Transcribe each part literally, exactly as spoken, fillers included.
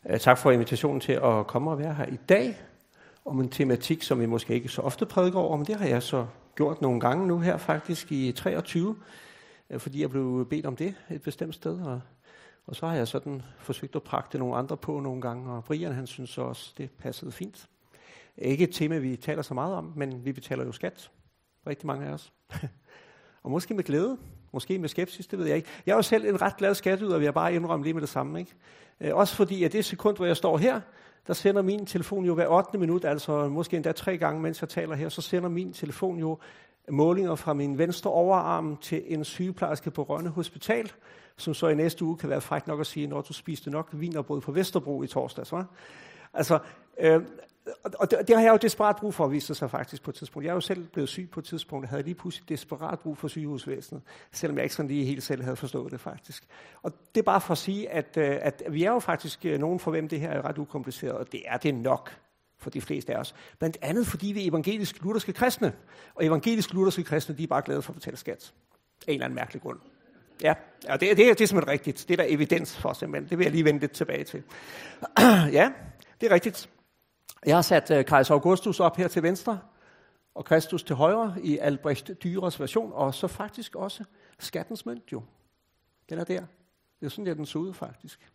Tak for invitationen til at komme og være her i dag om en tematik, som vi måske ikke så ofte prædiker over, men det har jeg så gjort nogle gange nu her faktisk i treogtyve, fordi jeg blev bedt om det et bestemt sted, og, og så har jeg sådan forsøgt at pragte nogle andre på nogle gange, og Brian han synes også, det passede fint. Ikke et tema, vi taler så meget om, men vi betaler jo skat, rigtig mange af os. Og måske med glæde, måske med skepsis, det ved jeg ikke. Jeg er jo selv en ret glad skatteyder, vil jeg bare indrømme lige med det samme, ikke? Også fordi, at det sekund, hvor jeg står her, der sender min telefon jo hver ottende minut, altså måske endda tre gange, mens jeg taler her, så sender min telefon jo målinger fra min venstre overarm til en sygeplejerske på Rønne Hospital, som så i næste uge kan være frækt nok at sige, når du spiste nok wienerbrød på Vesterbro i torsdags, hva'? Altså, øh, og det, det har jeg jo desperat brug for at vise sig faktisk på et tidspunkt. Jeg er jo selv blevet syg på et tidspunkt, og havde lige pludselig desperat brug for sygehusvæsenet, selvom jeg ikke sådan lige helt selv havde forstået det faktisk. Og det er bare for at sige, at, at vi er jo faktisk nogen for hvem det her er ret ukompliceret, og det er det nok for de fleste af os. Blandt andet fordi vi er evangelisk-lutherske kristne, og evangelisk-lutherske kristne, de er bare glade for at betale skat. En eller anden mærkelig grund. Ja, og det, det, er, det er simpelthen rigtigt. Det er der evidens for simpelthen. Det vil jeg lige vende lidt tilbage til. Ja, det er rigtigt. Jeg har sat uh, Kejser Augustus op her til venstre, og Kristus til højre i Albrecht Dürers version, og så faktisk også skattens mønt jo. Den er der. Det er sådan, at den så ud faktisk.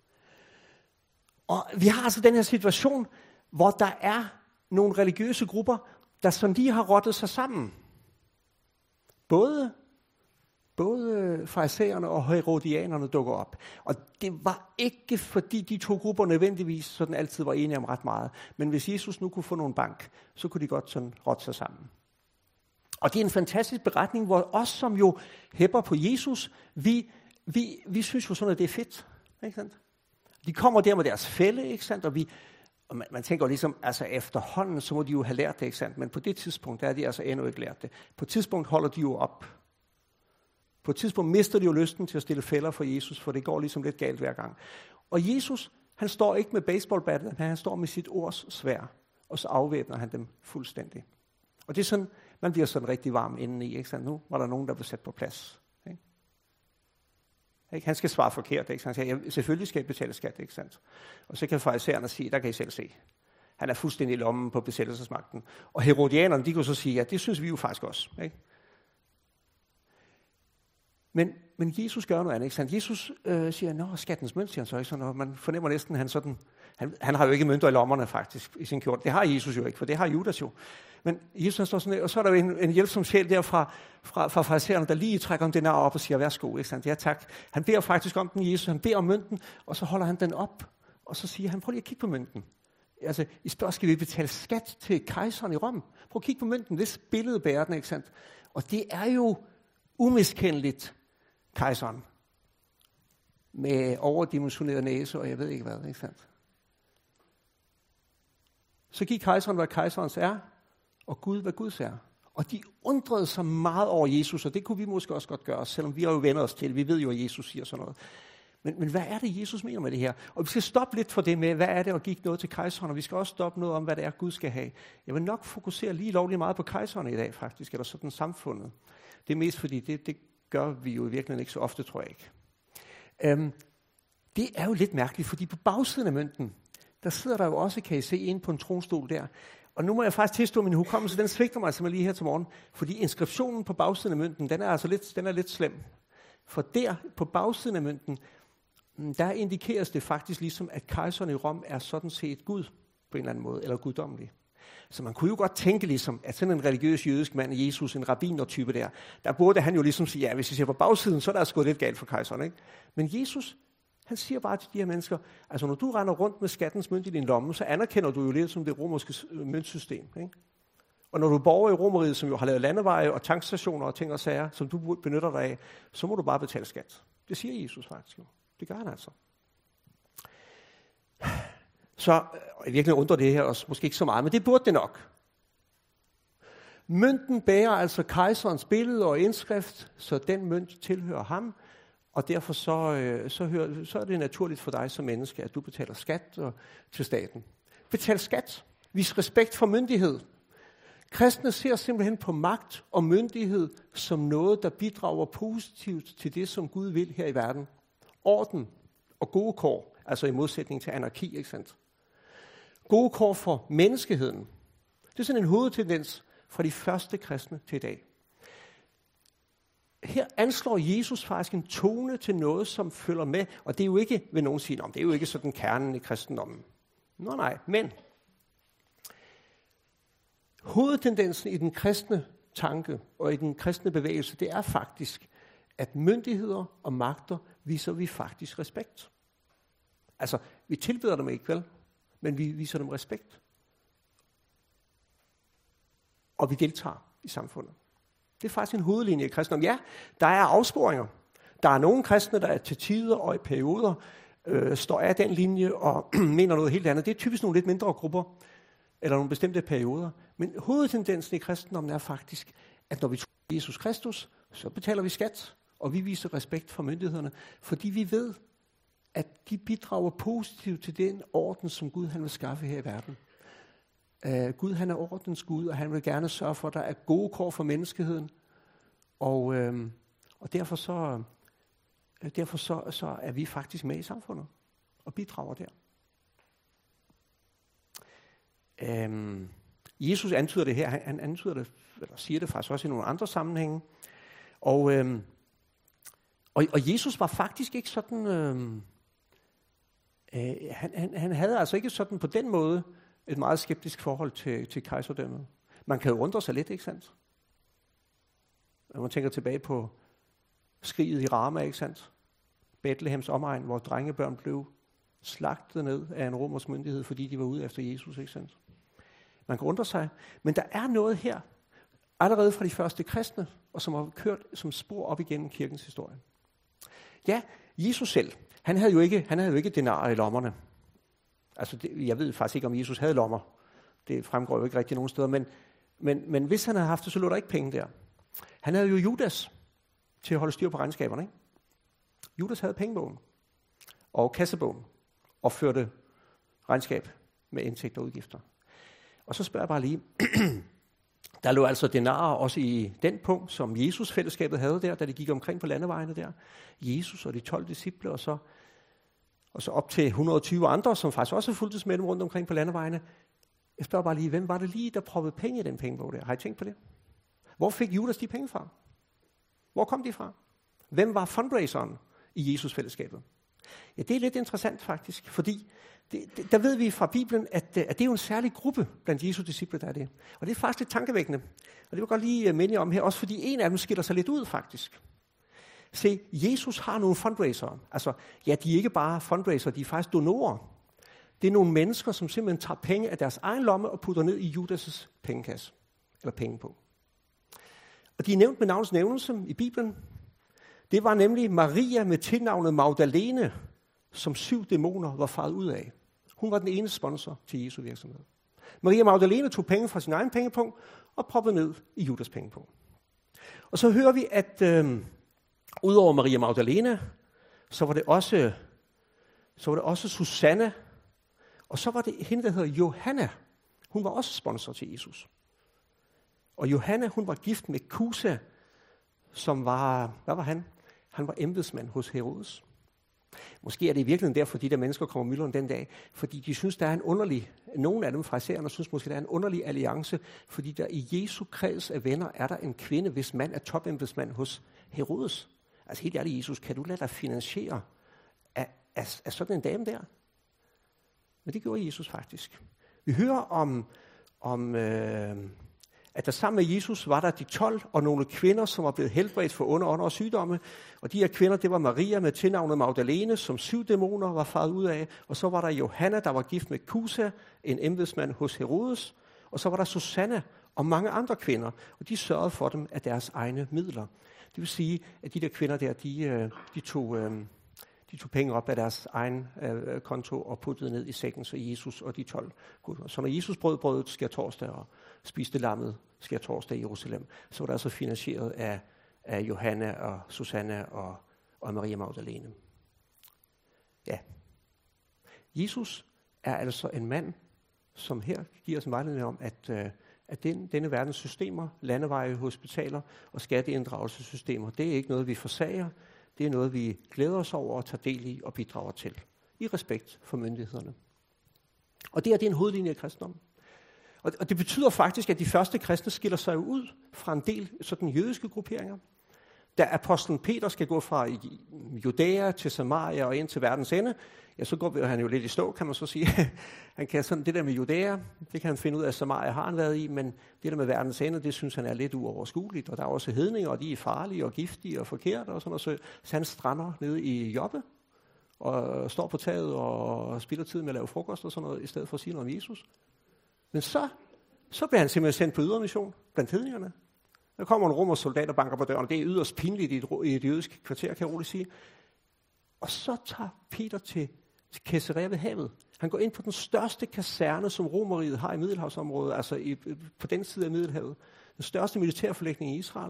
Og vi har altså den her situation, hvor der er nogle religiøse grupper, der sådan lige har rottet sig sammen. Både Både farisæerne og herodianerne dukker op. Og det var ikke, fordi de to grupper nødvendigvis sådan altid var enige om ret meget. Men hvis Jesus nu kunne få nogle bank, så kunne de godt sådan rotte sig sammen. Og det er en fantastisk beretning, hvor os, som jo hæpper på Jesus, vi, vi, vi synes jo sådan, at det er fedt. Ikke sandt? De kommer der med deres fælde, ikke sandt? Og, vi, og man, man tænker ligesom, altså efterhånden, så må de jo have lært det, ikke sandt? Men på det tidspunkt, der er de altså endnu ikke lært det. På et tidspunkt holder de jo op. På et tidspunkt mister de jo lysten til at stille fælder for Jesus, for det går ligesom lidt galt hver gang. Og Jesus, han står ikke med baseballbattet, men han står med sit ords sværd, og så afvæbner han dem fuldstændig. Og det er sådan, man bliver sådan rigtig varm indeni, ikke sandt? Nu var der nogen, der blev sat på plads. Ikke? Ikke? Han skal svare forkert, ikke? Han siger, ja, selvfølgelig skal I betale skat, ikke sandt? Og så kan farisæerne sige, der kan I selv se. Han er fuldstændig i lommen på besættelsesmagten. Og herodianerne, de kunne så sige, ja, det synes vi jo faktisk også, ikke? Men, men Jesus gør noget andet, ikke sandt? Jesus øh, siger, nå, skattens mønt, siger han så ikke sådan, og man fornemmer næsten, han sådan, han, han har jo ikke mønter i lommerne faktisk, i sin kjorte. Det har Jesus jo ikke, for det har Judas jo. Men Jesus han står sådan, og så er der jo en, en hjælpsom sjæl der fra, fra, fra farisæerne, der lige trækker om denar op og siger, værsgo, ikke sandt? Ja, tak. Han beder faktisk om den, Jesus, han beder om mønten, og så holder han den op, og så siger han, prøv lige at kigge på mønten. Altså, I spørger, skal vi betale skat til kejseren i Rom? Prøv at kigge på mønten, hvis billede bærer den, ikke sandt? Og det er jo umiskendeligt, kejseren, med overdimensioneret næse, og jeg ved ikke hvad, ikke sandt? Så gik kejseren, hvad kejserens er, og Gud, hvad Guds er. Og de undrede sig meget over Jesus, og det kunne vi måske også godt gøre, selvom vi har jo vendt os til, vi ved jo, at Jesus siger sådan noget. Men, men hvad er det, Jesus mener med det her? Og vi skal stoppe lidt for det med, hvad er det at give noget til kejseren, og vi skal også stoppe noget om, hvad det er, Gud skal have. Jeg vil nok fokusere lige lovligt meget på kejseren i dag, faktisk, eller sådan samfundet. Det er mest fordi, det, det gør vi jo i virkeligheden ikke så ofte, tror jeg ikke. Øhm, det er jo lidt mærkeligt, fordi på bagsiden af mønten, der sidder der jo også, kan I se, inde på en tronstol der. Og nu må jeg faktisk tilstå, at min hukommelse, den svigter mig simpelthen lige her til morgen, fordi inskriptionen på bagsiden af mønten, den er altså lidt, den er lidt slem. For der, på bagsiden af mønten, der indikeres det faktisk ligesom, at kejseren i Rom er sådan set Gud, på en eller anden måde, eller guddommelig. Så man kunne jo godt tænke ligesom, at sådan en religiøs jødisk mand, Jesus, en rabbiner-type der, der burde han jo ligesom sige, ja, hvis I ser på bagsiden, så er der altså gået lidt galt for kejseren, ikke? Men Jesus, han siger bare til de her mennesker, altså når du render rundt med skattens mønt i din lomme, så anerkender du jo lidt som det romerske møntsystem, ikke? Og når du borger i Romeriet, som jo har lavet landeveje og tankstationer og ting og sager, som du benytter dig af, så må du bare betale skat. Det siger Jesus faktisk jo. Det gør han altså. Så i virkeligheden undrer det her os måske ikke så meget, men det burde det nok. Mønten bærer altså kejserens billede og indskrift, så den mønt tilhører ham, og derfor så, så, hører, så er det naturligt for dig som menneske, at du betaler skat og, til staten. Betal skat. Vis respekt for myndighed. Kristne ser simpelthen på magt og myndighed som noget, der bidrager positivt til det, som Gud vil her i verden. Orden og gode kår altså i modsætning til anarki, ikke sandt? Gode kår for menneskeheden. Det er sådan en hovedtendens fra de første kristne til i dag. Her anslår Jesus faktisk en tone til noget, som følger med, og det er jo ikke, vil nogen sige, det er jo ikke sådan kernen i kristendommen. Nå nej, men hovedtendensen i den kristne tanke og i den kristne bevægelse, det er faktisk, at myndigheder og magter viser vi faktisk respekt. Altså, vi tilbeder dem ikke, vel? Men vi viser dem respekt. Og vi deltager i samfundet. Det er faktisk en hovedlinje i kristendommen. Ja, der er afsporinger. Der er nogle kristne, der er til tider og i perioder øh, står af den linje og mener noget helt andet. Det er typisk nogle lidt mindre grupper, eller nogle bestemte perioder. Men hovedtendensen i kristendommen er faktisk, at når vi tror på Jesus Kristus, så betaler vi skat, og vi viser respekt for myndighederne, fordi vi ved, at de bidrager positivt til den orden, som Gud han vil skaffe her i verden. Uh, Gud han er ordens Gud, og han vil gerne sørge for, at der er gode kår for menneskeheden. Og, øhm, og derfor, så, øh, derfor så, så er vi faktisk med i samfundet og bidrager der. Øhm, Jesus antyder det her, han, han antyder det, eller siger det faktisk også i nogle andre sammenhænge. Og, øhm, og, og Jesus var faktisk ikke sådan, øhm, øh, han, han, han havde altså ikke sådan på den måde et meget skeptisk forhold til, til kejserdømmet. Man kan jo undre sig lidt, ikke sandt? Når man tænker tilbage på skriget i Rama, ikke sandt? Betlehems omegn, hvor drengebørn blev slagtet ned af en romersk myndighed, fordi de var ude efter Jesus, ikke sandt? Man kan undre sig, men der er noget her, allerede fra de første kristne, og som har kørt som spor op igennem kirkens historie. Ja, Jesus selv, han havde jo ikke, han havde jo ikke denarer i lommerne. Altså, det, jeg ved faktisk ikke, om Jesus havde lommer. Det fremgår jo ikke rigtig nogen steder, men, men, men hvis han havde haft det, så lå der ikke penge der. Han havde jo Judas til at holde styr på regnskaberne, ikke? Judas havde pengebogen og kassebogen og førte regnskab med indtægter og udgifter. Og så spørger jeg bare lige, der lå altså denarer også i den punkt, som Jesus-fællesskabet havde der, da de gik omkring på landevejene der. Jesus og de tolv disciple, og så, og så op til et hundrede og tyve andre, som faktisk også fulgtes med dem rundt omkring på landevejene. Jeg spørger bare lige, hvem var det lige, der proppede penge i den pengebog der? Har I tænkt på det? Hvor fik Judas de penge fra? Hvor kom de fra? Hvem var fundraiseren i Jesus-fællesskabet? Ja, det er lidt interessant faktisk, fordi det, det, der ved vi fra Bibelen, at, at det er jo en særlig gruppe blandt Jesu disciple, der er det. Og det er faktisk lidt tankevækkende. Og det vil jeg godt lige minde jer om her, også fordi en af dem skiller sig lidt ud faktisk. Se, Jesus har nogle fundraisere. Altså, ja, de er ikke bare fundraisere, de er faktisk donorer. Det er nogle mennesker, som simpelthen tager penge af deres egen lomme og putter ned i Judas' pengekasse, eller penge på. Og de er nævnt med navns nævnelse i Bibelen. Det var nemlig Maria med tilnavnet Magdalene, som syv dæmoner var faret ud af. Hun var den ene sponsor til Jesu virksomhed. Maria Magdalene tog penge fra sin egen pengepunkt og proppede ned i Judas pengepunkt. Og så hører vi, at øh, udover Maria Magdalene, så var det også, så var det også Susanne, og så var det hende, der hedder Johanna. Hun var også sponsor til Jesus. Og Johanna, hun var gift med Kusa, som var, hvad var han? Han var embedsmand hos Herodes. Måske er det i virkeligheden derfor, de der mennesker kommer myldrende den dag, fordi de synes, der er en underlig, nogle af dem farisæerne synes måske, der er en underlig alliance, fordi der i Jesu kreds af venner er der en kvinde, hvis mand er topembedsmand hos Herodes. Altså helt ærligt, Jesus, kan du lade dig finansiere af, af, af sådan en dame der? Men det gjorde Jesus faktisk. Vi hører om, om øh, at der sammen med Jesus var der de tolv og nogle kvinder, som var blevet helbredt for onde ånder og sygdomme. Og de her kvinder, det var Maria med tilnavnet Magdalene, som syv dæmoner var faret ud af. Og så var der Johanna, der var gift med Kusa, en embedsmand hos Herodes. Og så var der Susanna og mange andre kvinder, og de sørgede for dem af deres egne midler. Det vil sige, at de der kvinder der, de, de, tog, de tog penge op af deres egen konto og puttede ned i sækken, så Jesus og de tolv. Så når Jesus brød brødet skærtorsdag og spiste lammet skærtorsdag i Jerusalem, så var det altså finansieret af, af Johanna og Susanna og, og Maria Magdalene. Ja. Jesus er altså en mand, som her giver os en vejledning om, at, at den, denne verdens systemer, landeveje, hospitaler og skatteinddragelsessystemer, det er ikke noget, vi forsager. Det er noget, vi glæder os over og tager del i og bidrager til. i respekt for myndighederne. Og det her, det er en hovedlinje af kristendommen. Og, og det betyder faktisk, at de første kristne skiller sig ud fra en del sådan jødiske grupperinger. Da apostlen Peter skal gå fra Judæa til Samaria og ind til verdens ende, ja, så går han jo lidt i stå, kan man så sige. Han kan sådan, det der med Judæa, det kan han finde ud af, at Samaria har han været i, men det der med verdens ende, det synes han er lidt uoverskueligt. Og der er også hedninger, og de er farlige og giftige og forkerte og sådan noget. Så, så han strander nede i Joppe og står på taget og spilder tid med at lave frokost og sådan noget, i stedet for at sige noget om Jesus. Men så, så bliver han simpelthen sendt på ydermission blandt hedningerne. Der kommer en romersk soldat og banker på døren, og det er yderst pinligt i et, i et jødisk kvarter, kan jeg roligt sige. Og så tager Peter til, til Caesarea ved havet. Han går ind på den største kaserne, som Romerriget har i Middelhavsområdet, altså i, på den side af Middelhavet. Den største militærforlægning i Israel.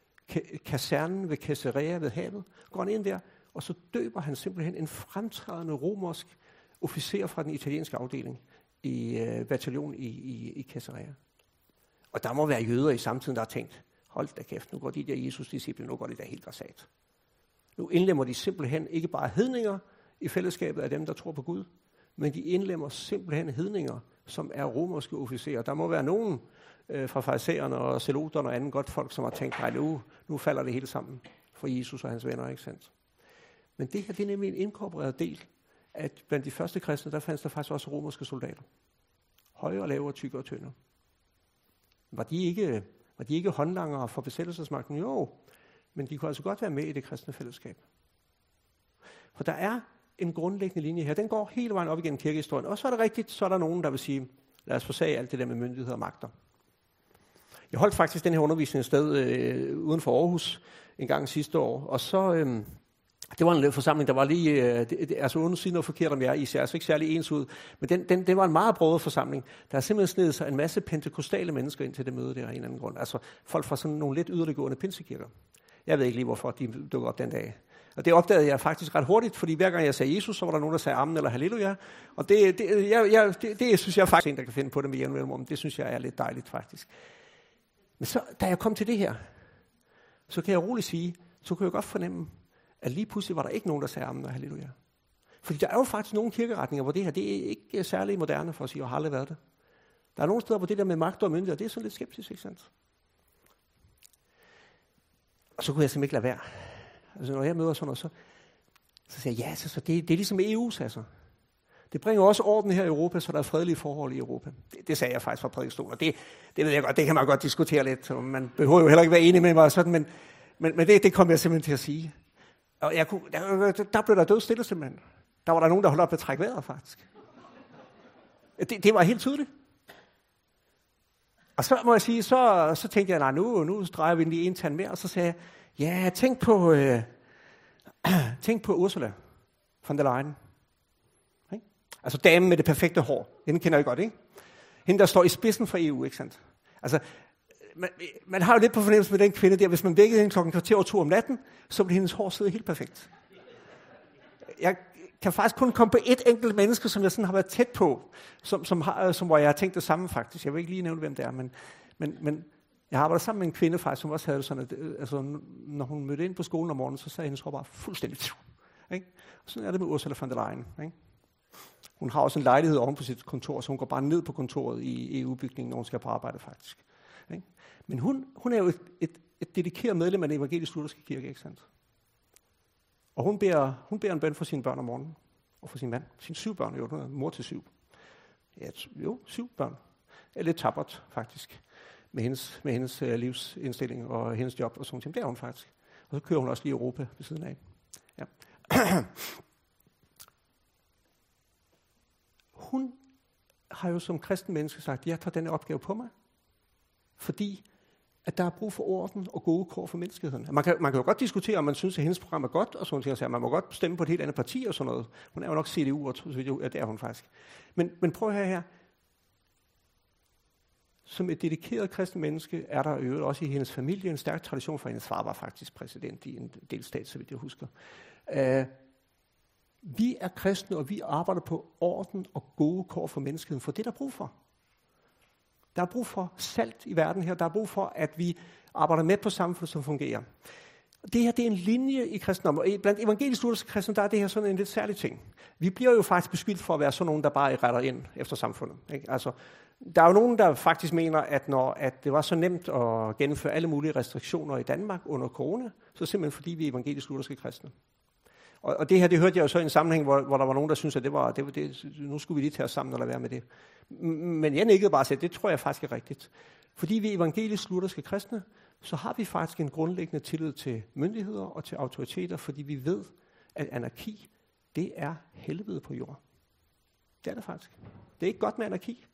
Kasernen ved Caesarea ved havet. Går han ind der, og så døber han simpelthen en fremtrædende romersk officer fra den italienske afdeling i øh, bataljon i, i, i Caesarea. Og der må være jøder i samtiden, der har tænkt, hold da kæft, nu går de der Jesus-disciple, nu går det der helt græsat. Nu indlemmer de simpelthen ikke bare hedninger i fællesskabet af dem, der tror på Gud, men de indlemmer simpelthen hedninger, som er romerske officerer. Der må være nogen øh, fra farisæerne og zeloterne og anden godt folk, som har tænkt, nej, nu, nu falder det hele sammen for Jesus og hans venner, ikke sandt? Men det her, det er nemlig en inkorporeret del, at blandt de første kristne, der fandt der faktisk også romerske soldater. Højere, lavere, tykkere og tyndere. Var de ikke, var de ikke håndlangere for besættelsesmagten? Jo, men de kunne altså godt være med i det kristne fællesskab. For der er en grundlæggende linje her. Den går hele vejen op igennem kirkehistorien. Og så er det rigtigt, så er der nogen, der vil sige, lad os forsage alt det der med myndigheder og magter. Jeg holdt faktisk den her undervisning et sted øh, uden for Aarhus en gang sidste år, og så... Øh, Det var en forsamling, der var lige, øh, det, det, altså uden at sige noget forkert om jer, I ser altså ikke særlig ens ud, men den, den, den var en meget broget forsamling. Der er simpelthen snedet sig en masse pentekostale mennesker ind til det møde der af en eller anden grund. Altså folk fra sådan nogle lidt yderliggående pinsekirker. Jeg ved ikke lige, hvorfor de dukker op den dag. Og det opdagede jeg faktisk ret hurtigt, fordi hver gang jeg sagde Jesus, så var der nogen, der sagde amen eller halleluja. Og det, det, jeg, jeg, det, det synes jeg faktisk er en, der kan finde på det med jævn mellemrum. Det synes jeg er lidt dejligt faktisk. Men så, da jeg kom til det her, så kan jeg roligt sige, så kunne jeg godt fornemme, at lige pludselig var der ikke nogen, der sagde amen og halleluja. Fordi der er jo faktisk nogle kirkeretninger, hvor det her, det er ikke særlig moderne for at sige, og har aldrig været det. Der er nogle steder, hvor det der med magt og myndighed, det er sådan lidt skeptisk, ikke sandt? Og så kunne jeg simpelthen ikke lade være. Altså når jeg møder sådan noget, så, så siger jeg, ja, så, så det, det er ligesom E U, altså. Det bringer også orden her i Europa, så der er fredelige forhold i Europa. Det, det sagde jeg faktisk fra prædikestolen, og det, det ved jeg godt, det kan man godt diskutere lidt. Man behøver jo heller ikke være enig med mig sådan, men, men, men det, det kom jeg simpelthen til at sige. Og jeg kunne, der, der blev der død stille simpelthen. Der var der nogen, der holdt op med at trække vejret, faktisk. Det, det var helt tydeligt. Og så må jeg sige, så, så tænkte jeg, nej, nu, nu drejer vi lige en tand mere, og så sagde jeg, ja, tænk på, øh, tænk på Ursula von der Leyen. Ikke? Altså damen med det perfekte hår. Den kender jeg godt, ikke? Hende, der står i spidsen for E U, ikke sandt? Altså, man, man har jo lidt på fornemmelse med den kvinde der, hvis man vækkede hende klokken kvarter og to om natten, så ville hendes hår sidde helt perfekt. Jeg kan faktisk kun komme på et enkelt menneske, som jeg sådan har været tæt på, som, som, har, som hvor jeg har tænkt det samme faktisk. Jeg vil ikke lige nævne, hvem det er, men, men, men jeg har arbejdet sammen med en kvinde faktisk, som også havde det sådan, at altså, når hun mødte ind på skolen om morgenen, så sagde hendes hår bare fuldstændig. Ikke? Og sådan er det med Ursula von der Leyen. Ikke? Hun har også en lejlighed oven på sit kontor, så hun går bare ned på kontoret i E U-bygningen, når hun skal på arbejde faktisk. Ikke? Men hun, hun er jo et, et, et dedikeret medlem af den evangelisk-lutherske kirke, ikke sandt? Og hun beder, hun beder en bøn for sine børn om morgenen, og for sin mand. Sine syv børn, jo, hun er mor til syv. Ja, jo, syv børn. Det er lidt tappert, faktisk, med hendes, med hendes uh, livsindstilling og hendes job og sådan noget. Det er hun faktisk. Og så kører hun også lige Europa ved siden af. Ja. Hun har jo som kristen menneske sagt, jeg tager denne opgave på mig, fordi at der er brug for orden og gode kår for menneskeheden. Man kan, man kan jo godt diskutere, om man synes, at hendes program er godt, og sådan noget. Man må godt stemme på et helt andet parti og sådan noget. Hun er jo nok C D U, og så ja, det er hun faktisk. Men, men prøv at høre her. Som et dedikeret kristen menneske er der jo også i hendes familie en stærk tradition, for hendes far var faktisk præsident i en delstat, så vidt jeg husker. Uh, vi er kristne, og vi arbejder på orden og gode kår for menneskeheden, for det er der brug for. Der er brug for salt i verden her. Der er brug for, at vi arbejder med på samfundet, som fungerer. Det her, det er en linje i kristendommen. Blandt evangelisk-lutherske kristne, der er det her sådan en lidt særlig ting. Vi bliver jo faktisk beskyldt for at være sådan nogen, der bare retter ind efter samfundet. Ikke? Altså, der er jo nogen, der faktisk mener, at når at det var så nemt at gennemføre alle mulige restriktioner i Danmark under corona, så simpelthen fordi vi er evangelisk-lutherske kristne. Og, og det her, det hørte jeg jo så i en sammenhæng, hvor, hvor der var nogen, der syntes, at det var, det var det, nu skulle vi lige tage os sammen og lade være med det. Men jeg nikkede bare og sagde, det tror jeg faktisk er rigtigt. Fordi vi er evangelisk-lutherske kristne, så har vi faktisk en grundlæggende tillid til myndigheder og til autoriteter, fordi vi ved, at anarki, det er helvede på jord. Det er det faktisk. Det er ikke godt med anarki.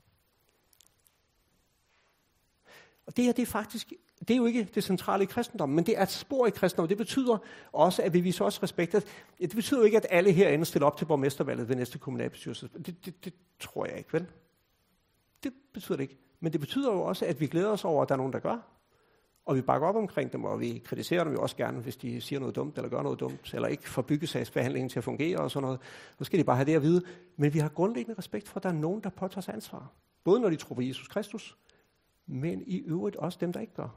Og det her, det er faktisk, det er jo ikke det centrale i kristendommen, men det er et spor i kristendommen. Det betyder også, at vi viser også respekt. Det betyder jo ikke, at alle herinde stiller op til borgmestervalget ved næste kommunalbestyrelse. Det, det, det tror jeg ikke, vel? Det betyder det ikke. Men det betyder jo også, at vi glæder os over, at der er nogen, der gør. Og vi bakker op omkring dem, og vi kritiserer dem jo også gerne, hvis de siger noget dumt, eller gør noget dumt, eller ikke får byggesagsbehandlingen til at fungere og sådan noget. Så skal de bare have det at vide. Men vi har grundlæggende respekt for, at der er nogen, der påtager sig ansvar. Både når de tror på Jesus Kristus, men i øvrigt også dem, der ikke gør.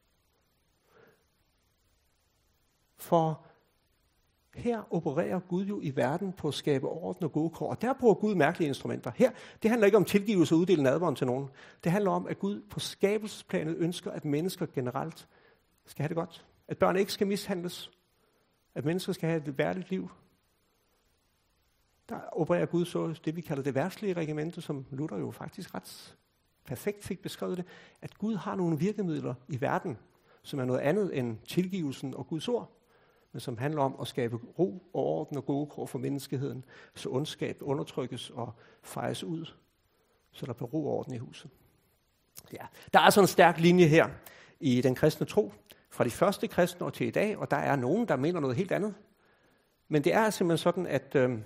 For her opererer Gud jo i verden på at skabe orden og gode kår, og der bruger Gud mærkelige instrumenter. Her, det handler ikke om tilgivelse og uddele nadveren til nogen. Det handler om, at Gud på skabelsesplanet ønsker, at mennesker generelt skal have det godt. At børn ikke skal mishandles. At mennesker skal have et værdigt liv. Der opererer Gud så det, vi kalder det verdslige regimente, som Luther jo faktisk ret perfekt fik beskrevet det, at Gud har nogle virkemidler i verden, som er noget andet end tilgivelsen og Guds ord, men som handler om at skabe ro og orden og gode kår for menneskeheden, så ondskab undertrykkes og fejes ud, så der bliver ro og orden i huset. Ja, der er altså en stærk linje her i den kristne tro, fra de første kristne og til i dag, og der er nogen, der mener noget helt andet. Men det er simpelthen sådan, at, øh,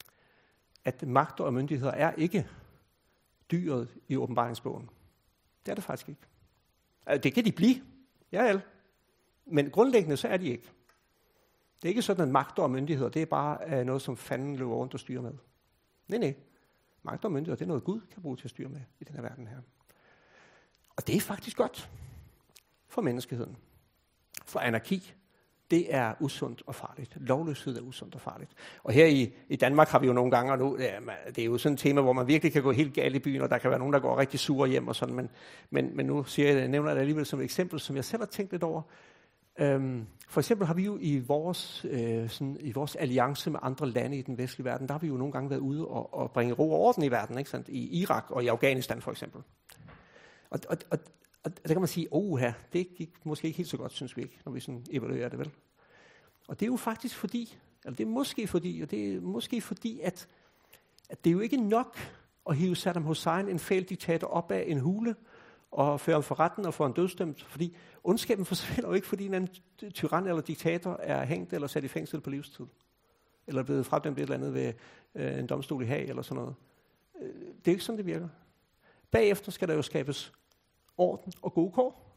at magter og myndigheder er ikke dyret i åbenbaringsbogen. Det er det faktisk ikke. Altså, det kan de blive, ja vel. Men grundlæggende så er de ikke. Det er ikke sådan, at magter og myndigheder, det er bare uh, noget, som fanden løber rundt og styrer med. Nej, nej. Magter og myndigheder, det er noget, Gud kan bruge til at styre med i den her verden her. Og det er faktisk godt for menneskeheden. For anarki, det er usundt og farligt. Lovløshed er usundt og farligt. Og her i, i Danmark har vi jo nogle gange, og nu, ja, det er jo sådan et tema, hvor man virkelig kan gå helt galt i byen, og der kan være nogen, der går rigtig sure hjem og sådan, men, men, men nu siger jeg, jeg nævner det alligevel som et eksempel, som jeg selv har tænkt lidt over. Øhm, for eksempel har vi jo i vores, øh, sådan, i vores alliance med andre lande i den vestlige verden, der har vi jo nogle gange været ude og, og bringe ro og orden i verden, ikke sandt? I Irak og i Afghanistan for eksempel. Og, og, og, og der kan man sige, åh her, det gik måske ikke helt så godt, synes vi ikke, når vi sådan evaluerer det, vel? Og det er jo faktisk fordi, eller det er måske fordi, og det er måske fordi, at, at det er jo ikke nok at hive Saddam Hussein, en fæl diktator, op af en hule, og føre ham for retten og få en dødsdømt, fordi ondskaben forsvinder jo ikke, fordi en anden tyran eller diktator er hængt eller sat i fængsel på livstid, eller blevet fradømt et eller andet ved øh, en domstol i Haag eller sådan noget. Det er ikke sådan, det virker. Bagefter skal der jo skabes orden og gode kår.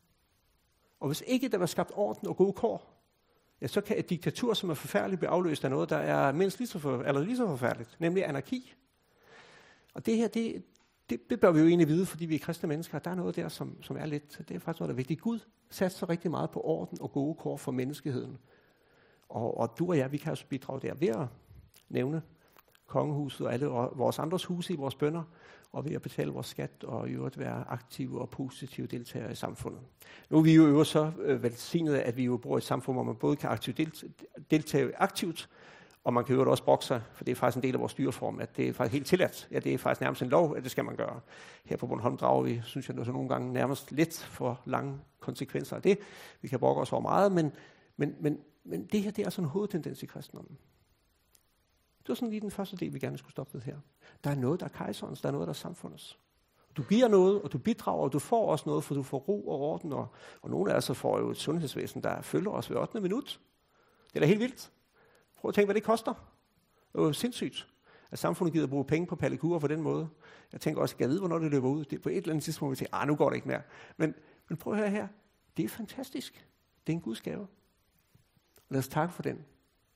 Og hvis ikke der var skabt orden og gode kår, ja, så kan et diktatur, som er forfærdeligt, blive afløst af noget, der er mindst lige så, for, eller lige så forfærdeligt, nemlig anarki. Og det her, det, det, det bør vi jo egentlig vide, fordi vi er kristne mennesker. Der er noget der, som, som er lidt, det er faktisk noget, der er vigtigt. Gud satser rigtig meget på orden og gode kår for menneskeheden. Og, og du og jeg, vi kan også bidrage der ved at nævne kongehuset og alle vores andres huse i vores bønder, og ved at betale vores skat og i øvrigt være aktive og positive deltagere i samfundet. Nu er vi jo øvrigt så øh, velsignet, at vi jo bor i et samfund, hvor man både kan aktivt deltage aktivt, og man kan jo også brokke sig, for det er faktisk en del af vores styreform, at det er faktisk helt tilladt. Ja, det er faktisk nærmest en lov, at det skal man gøre. Her på Bornholm drager vi, synes jeg, så nogle gange nærmest lidt for lange konsekvenser af det. Vi kan brokke os over meget, men, men, men, men det her, det er sådan en hovedtendens i kristendommen. Det var sådan lige den første del, vi gerne skulle stoppe ved her. Der er noget, der er kejserens, der er noget, der er samfundets. Du giver noget, og du bidrager, og du får også noget, for du får ro og orden, og, og nogle af os får jo et sundhedsvæsen, der følger os ved ottende minut. Det er da helt vildt. Prøv at tænke, hvad det koster. Det er jo sindssygt, at samfundet gider at bruge penge på palikurer på den måde. Jeg tænker også, at jeg ved, hvornår det løber ud. Det er på et eller andet tidspunkt, hvor vi tænker, ah, nu går det ikke mere. Men, men prøv at høre her. Det er fantastisk. Det er en Guds gave. Lad os takke for den.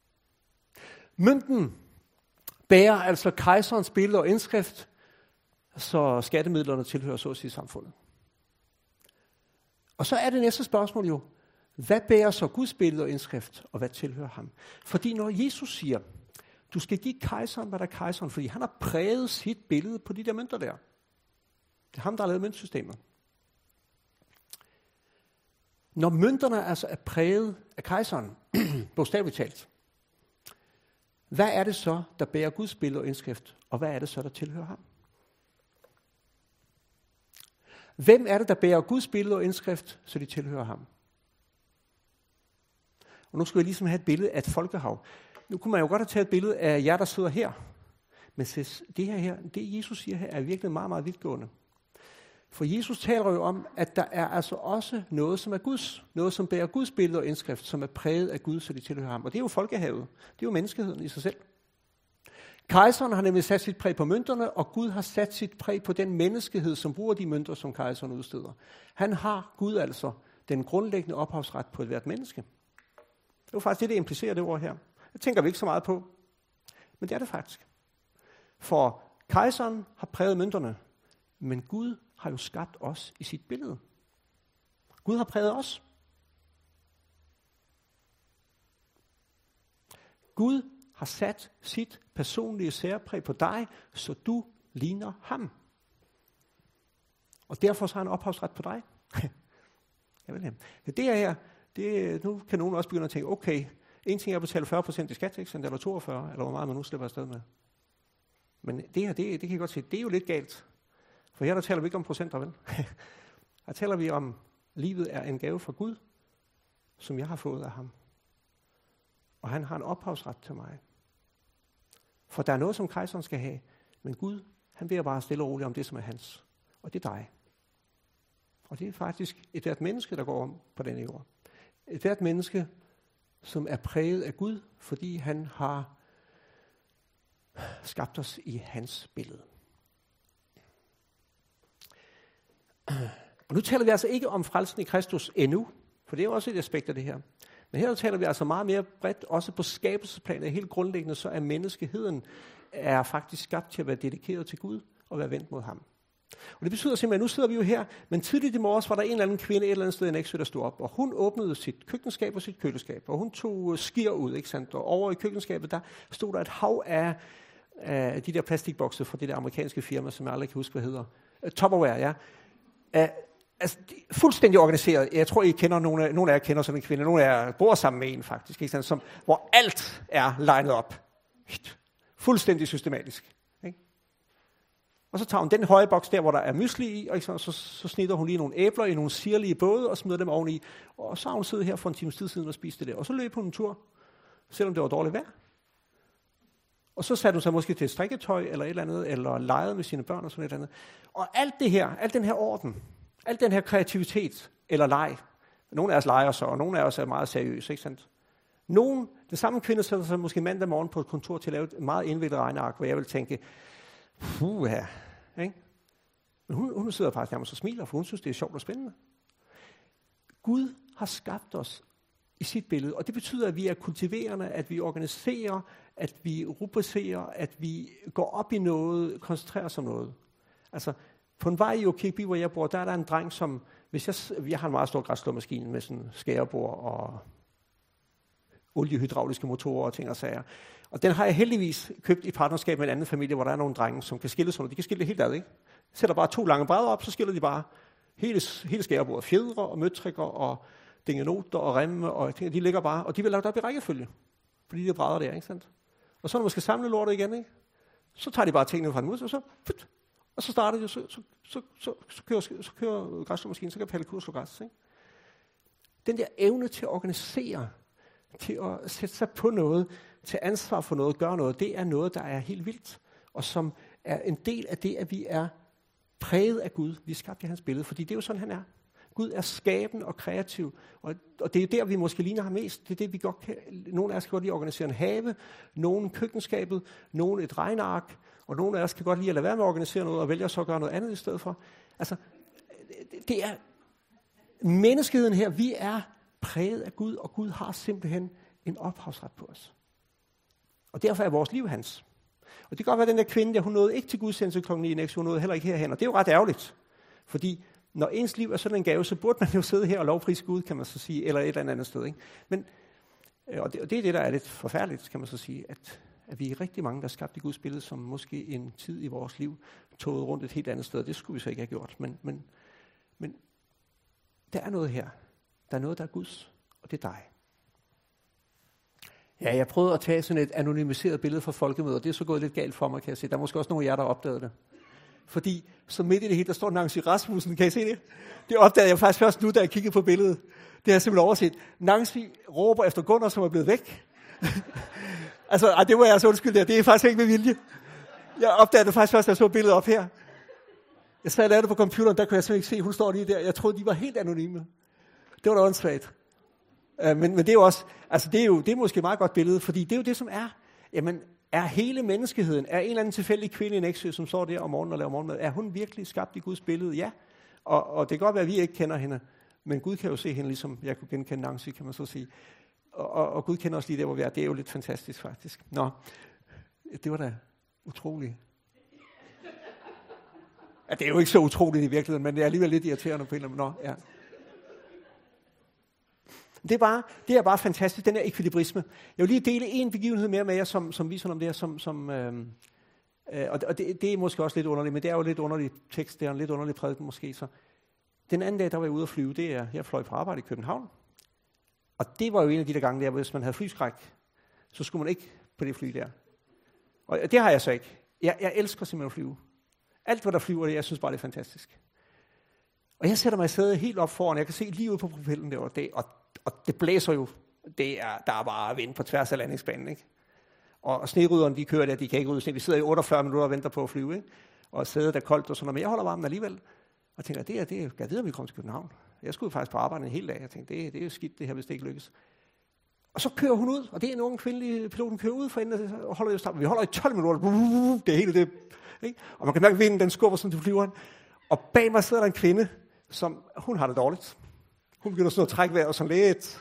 Mønten bærer altså kejserens billede og indskrift, så skattemidlerne tilhører så at sige samfundet. Og så er det næste spørgsmål jo, Hvad bærer så Guds billede og indskrift, og hvad tilhører ham? Fordi når Jesus siger, du skal give kejseren, hvad der er kejseren, fordi han har præget sit billede på de der mønter der. Det er ham, der har lavet møntsystemet. Når mønterne altså er præget af kejseren, bogstaveligt talt, hvad er det så, der bærer Guds billede og indskrift, og hvad er det så, der tilhører ham? Hvem er det, der bærer Guds billede og indskrift, så de tilhører ham? Og nu skal jeg ligesom have et billede af et folkehav. Nu kunne man jo godt have taget et billede af jer, der sidder her. Men det her, her, det Jesus siger her, er virkelig meget, meget vidtgående. For Jesus taler jo om, at der er altså også noget, som er Guds. Noget, som bærer Guds billede og indskrift, som er præget af Gud, så de tilhører ham. Og det er jo folkehavet. Det er jo menneskeheden i sig selv. Kejseren har nemlig sat sit præg på mønterne, og Gud har sat sit præg på den menneskehed, som bruger de mønter, som kejseren udsteder. Han har, Gud altså, den grundlæggende ophavsret på et hvert menneske. Det er jo faktisk det, det implicerer det ord her. Det tænker vi ikke så meget på, men det er det faktisk. For kejseren har præget mønterne, men Gud har jo skabt os i sit billede. Gud har præget os. Gud har sat sit personlige særpræg på dig, så du ligner ham. Og derfor så har han ophavsret på dig. Jeg ved det. Det her, det, nu kan nogen også begynde at tænke, okay, en ting er at betale fyrre procent i skat, ikke? Eller toogfyrre, eller hvor meget man nu slipper afsted med. Men det her, det, det kan jeg godt se, det er jo lidt galt. For her der taler vi ikke om procenter, vel? Her taler vi om, livet er en gave fra Gud, som jeg har fået af ham. Og han har en ophavsret til mig. For der er noget, som kejseren skal have, men Gud, han vil bare stille og roligt om det, som er hans. Og det er dig. Og det er faktisk et hvert menneske, der går om på denne jord. Et hvert menneske, som er præget af Gud, fordi han har skabt os i hans billede. Og nu taler vi altså ikke om frelsen i Kristus endnu, for det er jo også et aspekt af det her. Men her taler vi altså meget mere bredt, også på skabelsesplanet. Helt grundlæggende, så er menneskeheden er faktisk skabt til at være dedikeret til Gud og være vendt mod ham. Og det betyder simpelthen, at nu sidder vi jo her, men tidligt i morges var der en eller anden kvinde et eller andet sted i Nexø, der stod op, og hun åbnede sit køkkenskab og sit køleskab, og hun tog skir ud, ikke sandt? Og over i køkkenskabet, der stod der et hav af, af de der plastikbokse fra det der amerikanske firma, som jeg aldrig kan huske, hvad hedder. Uh, Tupperware, ja. Uh, altså, fuldstændig organiseret. Jeg tror, I kender nogle af, nogle af jer kender sådan en kvinde, nogle af jer bor sammen med en faktisk, ikke sandt? Som, hvor alt er legnet op. Fuldstændig systematisk. Og så tager hun den høje boks der, hvor der er mysli i, og så, så, så snitter hun lige nogle æbler i nogle sirlige både, og smider dem oveni. Og så har hun siddet her for en times tid siden og spist det der. Og så løb hun en tur, selvom det var dårligt vejr. Og så satte hun sig måske til et strikketøj, eller et eller andet, eller legede med sine børn og sådan et eller andet. Og alt det her, alt den her orden, alt den her kreativitet, eller leg. Nogle af os leger så, og nogle af os er meget seriøse, ikke sandt? Nogen, den samme kvinde sætter sig måske mandag morgen på et kontor til at lave et meget indviklet regneark, hvor jeg vil tænke, puh her, ikke? Men hun, hun sidder faktisk nærmest og smiler, for hun synes, det er sjovt og spændende. Gud har skabt os i sit billede, og det betyder, at vi er kultiverende, at vi organiserer, at vi rubricerer, at vi går op i noget, koncentrerer os om noget. Altså, på en vej i Kirkeby, hvor jeg bor, der er der en dreng, som, hvis jeg, jeg har en meget stor græsslåmaskine med sådan skærebord og oliehydrauliske motorer og ting og sager. Og den har jeg heldigvis købt i partnerskab med en anden familie, hvor der er nogle drenge, som kan skille sådan noget. De kan skille det helt ad, ikke? Sætter bare to lange brædder op, så skiller de bare hele, hele skærebordet. Fjedre og møtrikker og dingenoter og remme og ting, de ligger bare, og de vil lagt op i rækkefølge, fordi de brædder der, ikke sandt? Og så når man skal samle lortet igen, ikke? Så tager de bare tingene fra den ud, og så, put, og så starter de, så, så, så, så, så kører, så kører græsslåmaskinen, så kan Palle Kurs slå græs, ikke? Den der evne til at organisere, til at sætte sig på noget, til ansvar for noget, gøre noget, det er noget, der er helt vildt, og som er en del af det, at vi er præget af Gud. Vi er skabt i hans billede, fordi det er jo sådan, han er. Gud er skabende og kreativ, og, og det er der, vi måske ligner ham mest. Det er det, vi godt kan. Nogle af os kan godt lide at organisere en have, nogle køkkenskabet, nogle et regneark, og nogle af os kan godt lide at lade være med at organisere noget, og vælge så at gøre noget andet i stedet for. Altså, det er menneskeheden her, vi er præget af Gud, og Gud har simpelthen en ophavsret på os. Og derfor er vores liv hans. Og det kan godt være, at den der kvinde, der, hun nåede ikke til gudstjeneste klokken ni i Nexø, hun nåede heller ikke herhen, og det er jo ret ærgerligt. Fordi når ens liv er sådan en gave, så burde man jo sidde her og lovprise Gud, kan man så sige, eller et eller andet sted. Ikke? Men, og, det, og det er det, der er lidt forfærdeligt, kan man så sige, at, at vi er rigtig mange, der er skabt i Guds billede, som måske en tid i vores liv tog rundt et helt andet sted. Det skulle vi så ikke have gjort. Men, men, men der er noget her. Der er noget, der er Guds, og det er dig. Ja, jeg prøvede at tage sådan et anonymiseret billede fra folkemøder. Det er så gået lidt galt for mig, kan jeg se. Der er måske også nogle af jer, der har opdaget det. Fordi så midt i det hele, der står Nancy Rasmussen. Kan I se det? Det opdagede jeg faktisk først nu, da jeg kiggede på billedet. Det har jeg simpelthen overset. Nancy råber efter Gunnar, som er blevet væk. altså, ej, det må jeg så undskylde der. Det er faktisk ikke med vilje. Jeg opdagede det faktisk først, da jeg så billedet op her. Jeg sad og lavede det på computeren, der kunne jeg simpelthen ikke se, hun står lige der. Jeg troede, de var helt anonyme. Det var da åndssvagt. Uh, men, men det er jo også, altså det er jo det er måske et meget godt billede, fordi det er jo det, som er, jamen, er hele menneskeheden, er en eller anden tilfældig kvinde i Nexø, som står der om morgenen og laver morgenmad, er hun virkelig skabt i Guds billede? Ja. Og, og det kan godt være, at vi ikke kender hende, men Gud kan jo se hende, ligesom jeg kunne genkende Nancy, kan man så sige. Og, og, og Gud kender os lige der, hvor vi er. Det er jo lidt fantastisk, faktisk. Nå, det var da utroligt. Ja, det er jo ikke så utroligt i virkeligheden, men det er alligevel lidt irriterende på en eller anden måde. Nå, ja. Det er, bare, det er bare fantastisk, den her ekvilibrisme. Jeg vil lige dele en begivenhed mere med jer, som, som viser om det her, som, som, øhm, øh, og det, det er måske også lidt underligt, men det er jo lidt underlig tekst, det er en lidt underlig prædiken måske. Så. Den anden dag, der var jeg ude at flyve, det er, jeg fløj på arbejde i København, og det var jo en af de der gange der, hvis man havde flyskræk, så skulle man ikke på det fly der. Og det har jeg så ikke. Jeg, jeg elsker simpelthen at flyve. Alt, hvad der flyver, jeg synes bare, det er fantastisk. Og jeg sætter mig i sædet helt op foran, jeg kan se lige ud på propellen der, og det, og Og det blæser jo. Det er, der er bare vind på tværs af landingsbanen, ikke? Og, og sneryderne, de kører der, de kan ikke rydde sne. Vi sidder i otteogfyrre minutter og venter på at flyve, ikke? Og sædet er koldt og sådan noget, men jeg holder varmen alligevel. Og tænker, det er det, jeg ved, om vi kommer til København. Jeg skulle faktisk på arbejde en hel dag. Jeg tænkte, det, det er jo skidt, det her, hvis det ikke lykkes. Og så kører hun ud, og det er en ung kvindelig piloten kører ud for enden, og holder jo sammen. Vi holder i tolv minutter, det er hele det, ikke? Og man kan mærke, at vinden, den skubber sådan til flyveren. Og bag mig sidder der en kvinde, som, hun har det dårligt. Hun begynder sådan at trække vejret sådan lidt.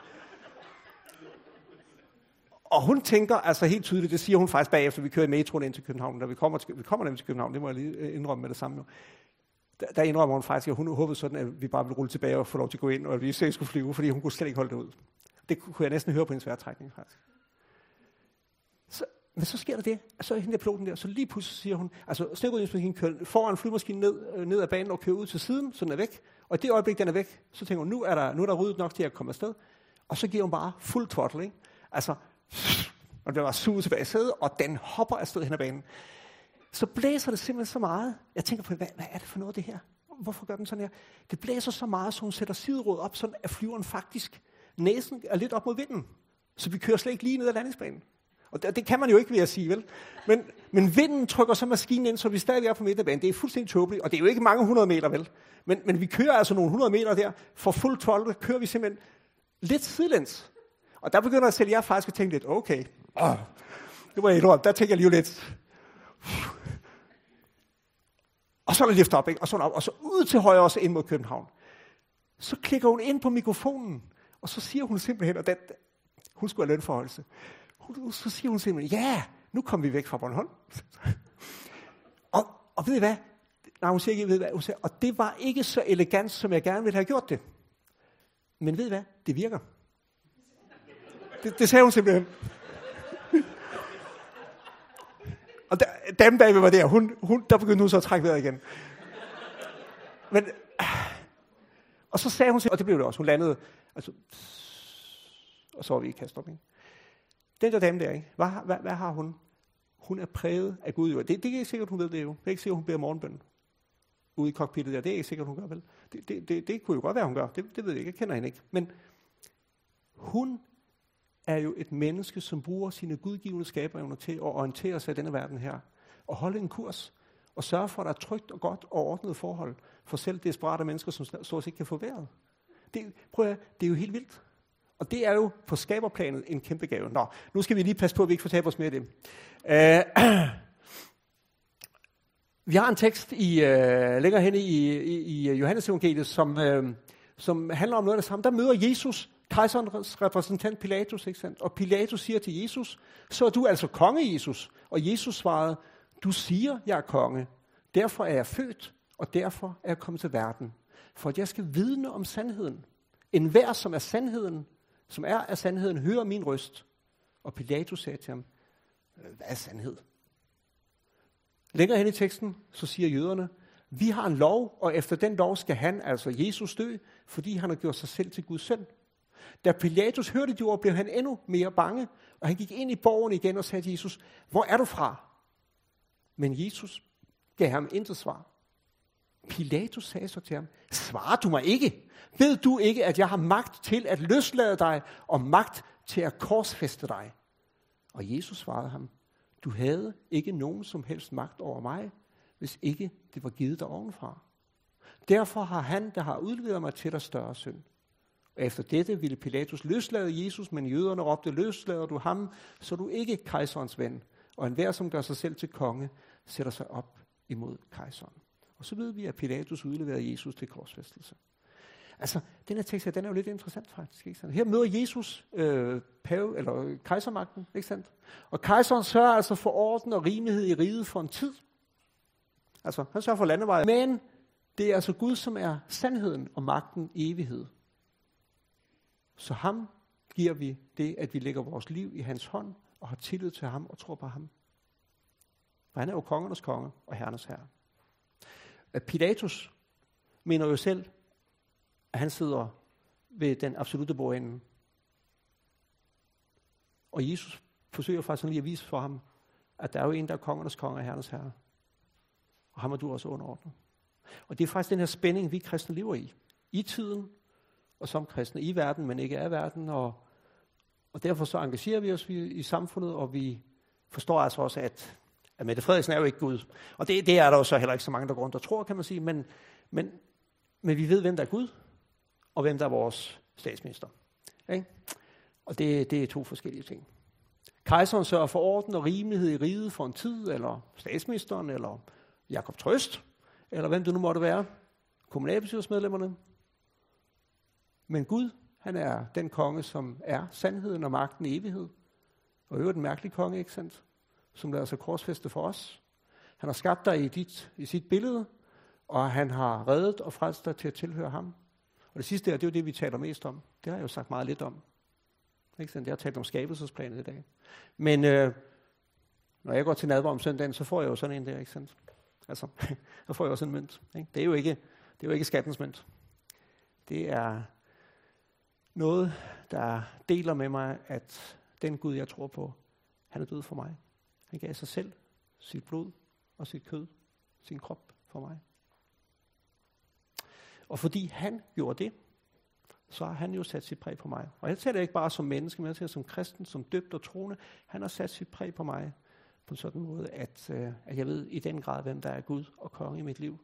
Og hun tænker altså helt tydeligt, det siger hun faktisk bagefter, vi kører i metroen ind til København, da vi kommer, til, vi kommer nemlig til København, det må jeg lige indrømme med det samme nu. Der, der indrømmer hun faktisk, at hun håbede sådan, at vi bare ville rulle tilbage og få lov til at gå ind, og at vi selv skulle flyve, fordi hun kunne slet ikke holde det ud. Det kunne jeg næsten høre på hendes vejrtrækning faktisk. Så, men så sker der det, og så er hende der piloten der, så lige pludselig siger hun, altså snerydningsmaskinen kører foran flymaskinen ned, ned ad banen og kører ud til siden, så den er væk. Og i det øjeblik, den er væk, så tænker hun, nu er der, nu er der ryddet nok til at komme afsted. Og så giver hun bare fuld throttle, ikke? Altså, og den var suget tilbage i sædet, og den hopper afsted hen ad banen. Så blæser det simpelthen så meget. Jeg tænker på, hvad, hvad er det for noget, det her? Hvorfor gør den sådan her? Det blæser så meget, så hun sætter siderod op, sådan at flyveren faktisk, næsen er lidt op mod vinden. Så vi kører slet ikke lige ned ad landingsbanen. Og det, det kan man jo ikke, vil jeg sige, vel? Men, men vinden trykker så maskinen ind, så vi stadig er på midterbanen. Det er fuldstændig tåbeligt, og det er jo ikke mange hundrede meter, vel? Men, men vi kører altså nogle hundrede meter der. For fuld tolv kører vi simpelthen lidt sidelæns. Og der begynder selv jeg faktisk at tænke lidt, okay, oh, det var jeg indrømme, der tænker jeg lige lidt. Og så er der lift op, ikke? Og så op, og så ud til højre, og så ind mod København. Så klikker hun ind på mikrofonen, og så siger hun simpelthen, og den, hun skulle have lønforholdelse. Så siger hun simpelthen, ja, nu kommer vi væk fra Bornholm. og, og ved I hvad? Nej, hun siger ikke, ved I hvad? Hun siger, og det var ikke så elegant, som jeg gerne ville have gjort det. Men ved I hvad? Det virker. Det, det sagde hun simpelthen. og der, dem bagved var der, hun, hun, der begyndte hun så at trække vejret igen. Men, og så sagde hun, og det blev det også, hun landede, altså, og så var vi i Kastrup, ikke? Den der dame der, ikke? Hvad, hvad, hvad har hun? Hun er præget af Gud. Det, det er ikke sikkert, hun ved det jo. Det er ikke sikkert, hun beder morgenbøn ude i cockpittet der. Det er ikke sikkert, hun gør, vel? Det, det, det, det kunne jo godt være, hun gør. Det, det ved jeg ikke. Jeg kender hende ikke. Men hun er jo et menneske, som bruger sine gudgivende skaberevner til at orientere sig i denne verden her. Og holde en kurs. Og sørge for, at der er trygt og godt og ordnet forhold for selv desperate mennesker, som så ikke kan få vejret. Det, prøv at, det er jo helt vildt. Og det er jo på skaberplanet en kæmpe gave. Nå, nu skal vi lige passe på, at vi ikke fortaber os mere af det. Uh, vi har en tekst i, uh, længere henne i, i, i Johannes evangeliet, som, uh, som handler om noget af det samme. Der møder Jesus kejserens repræsentant Pilatus, ikke sandt? Og Pilatus siger til Jesus, så er du altså konge, Jesus. Og Jesus svarede, du siger, jeg er konge. Derfor er jeg født, og derfor er jeg kommet til verden. for at jeg skal vidne om sandheden. En hver, som er sandheden, som er af sandheden, hører min røst. Og Pilatus sagde til ham, hvad er sandhed? Længere hen i teksten, så siger jøderne, vi har en lov, og efter den lov skal han, altså Jesus, dø, fordi han har gjort sig selv til Guds søn. Da Pilatus hørte de ord, blev han endnu mere bange, og han gik ind i borgen igen og sagde til Jesus, hvor er du fra? Men Jesus gav ham intet svar. Pilatus sagde så til ham, svarer du mig ikke? Ved du ikke, at jeg har magt til at løslade dig, og magt til at korsfæste dig? Og Jesus svarede ham, du havde ikke nogen som helst magt over mig, hvis ikke det var givet dig ovenfra. Derfor har han, der har udleveret mig til dig, større synd. Og efter dette ville Pilatus løslade Jesus, men jøderne råbte, løslader du ham, så du ikke kejserens ven. Og enhver, som gør sig selv til konge, sætter sig op imod kejseren. Og så ved vi, at Pilatus udleverede Jesus til korsfæstelse. Altså, den her tekst her, den er jo lidt interessant faktisk. Ikke sandt? Her møder Jesus øh, pave, eller kejsermagten, ikke sandt? Og kejseren sørger altså for orden og rimelighed i riget for en tid. Altså, han sørger for landeveje. Men det er altså Gud, som er sandheden og magten i evighed. Så ham giver vi det, at vi lægger vores liv i hans hånd, og har tillid til ham og tror på ham. For han er jo kongernes konge og herrenes herre. Pilatus mener jo selv, at han sidder ved den absolute bordende. Og Jesus forsøger faktisk lige at vise for ham, at der er jo en, der er kongernes konge og herrenes herre. Og ham er du også underordnet. Og det er faktisk den her spænding, vi kristne lever i. I tiden, og som kristne i verden, men ikke af verden. Og, og derfor så engagerer vi os i, i samfundet, og vi forstår altså også, at, at Mette Frederiksen er jo ikke Gud. Og det, det er der jo så heller ikke så mange, der går rundt og tror, kan man sige. Men, men, men vi ved, hvem der er Gud, og hvem der er vores statsminister. Okay? Og det, det er to forskellige ting. Kejseren sørger for orden og rimelighed i riget for en tid, eller statsministeren, eller Jakob Trøst, eller hvem det nu måtte være, kommunalbestyrelsesmedlemmerne. Men Gud, han er den konge, som er sandheden og magten i evighed. Og øvrigt en mærkelig konge, ikke sandt? Som lader sig korsfæste for os. Han har skabt dig i, dit, i sit billede, og han har reddet og frelst dig til at tilhøre ham. Og det sidste her, det er jo det, vi taler mest om. Det har jeg jo sagt meget lidt om. Ikke sandt? Jeg har talt om skabelsesplanet i dag. Men øh, når jeg går til nadver om søndagen, så får jeg jo sådan en der, ikke sandt? Altså, der får jeg også en mønt. Ikke? Det er jo ikke, det er jo ikke skattens mønt. Det er noget, der deler med mig, at den Gud, jeg tror på, han er død for mig. Han gav sig selv, sit blod og sit kød, sin krop for mig. Og fordi han gjorde det, så har han jo sat sit præg på mig. Og jeg ser det ikke bare som menneske, men jeg ser det som kristen, som døbt og troende. Han har sat sit præg på mig på en sådan måde, at, øh, at jeg ved i den grad, hvem der er Gud og konge i mit liv.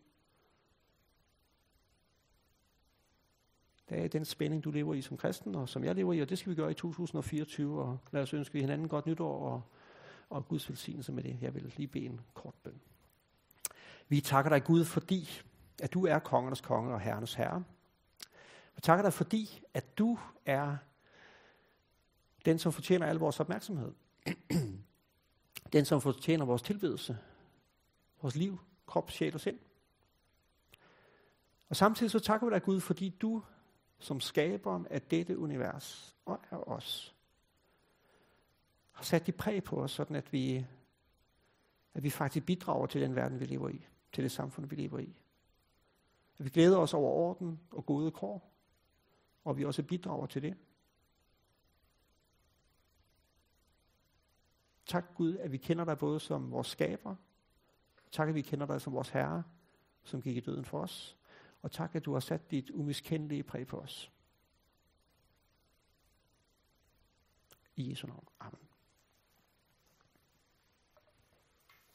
Det er den spænding, du lever i som kristen, og som jeg lever i, og det skal vi gøre i to tusind og fireogtyve, og lad os ønske hinanden godt nytår, og, og Guds velsignelse med det. Jeg vil lige bede en kort bøn. Vi takker dig, Gud, fordi at du er kongernes konge og herrenes herre. Vi takker dig, fordi at du er den, som fortjener al vores opmærksomhed. Den, som fortjener vores tilbedelse, vores liv, krop, sjæl og sind. Og samtidig så takker vi dig, Gud, fordi du som skaberen af dette univers og af os, har sat dit præg på os, sådan at vi, at vi faktisk bidrager til den verden, vi lever i, til det samfund, vi lever i. At vi glæder os over orden og gode kår, og vi også bidrager til det. Tak, Gud, at vi kender dig både som vores skaber. Tak, at vi kender dig som vores herre, som gik i døden for os. Og tak, at du har sat dit umiskendelige præg på os. I Jesu navn. Amen.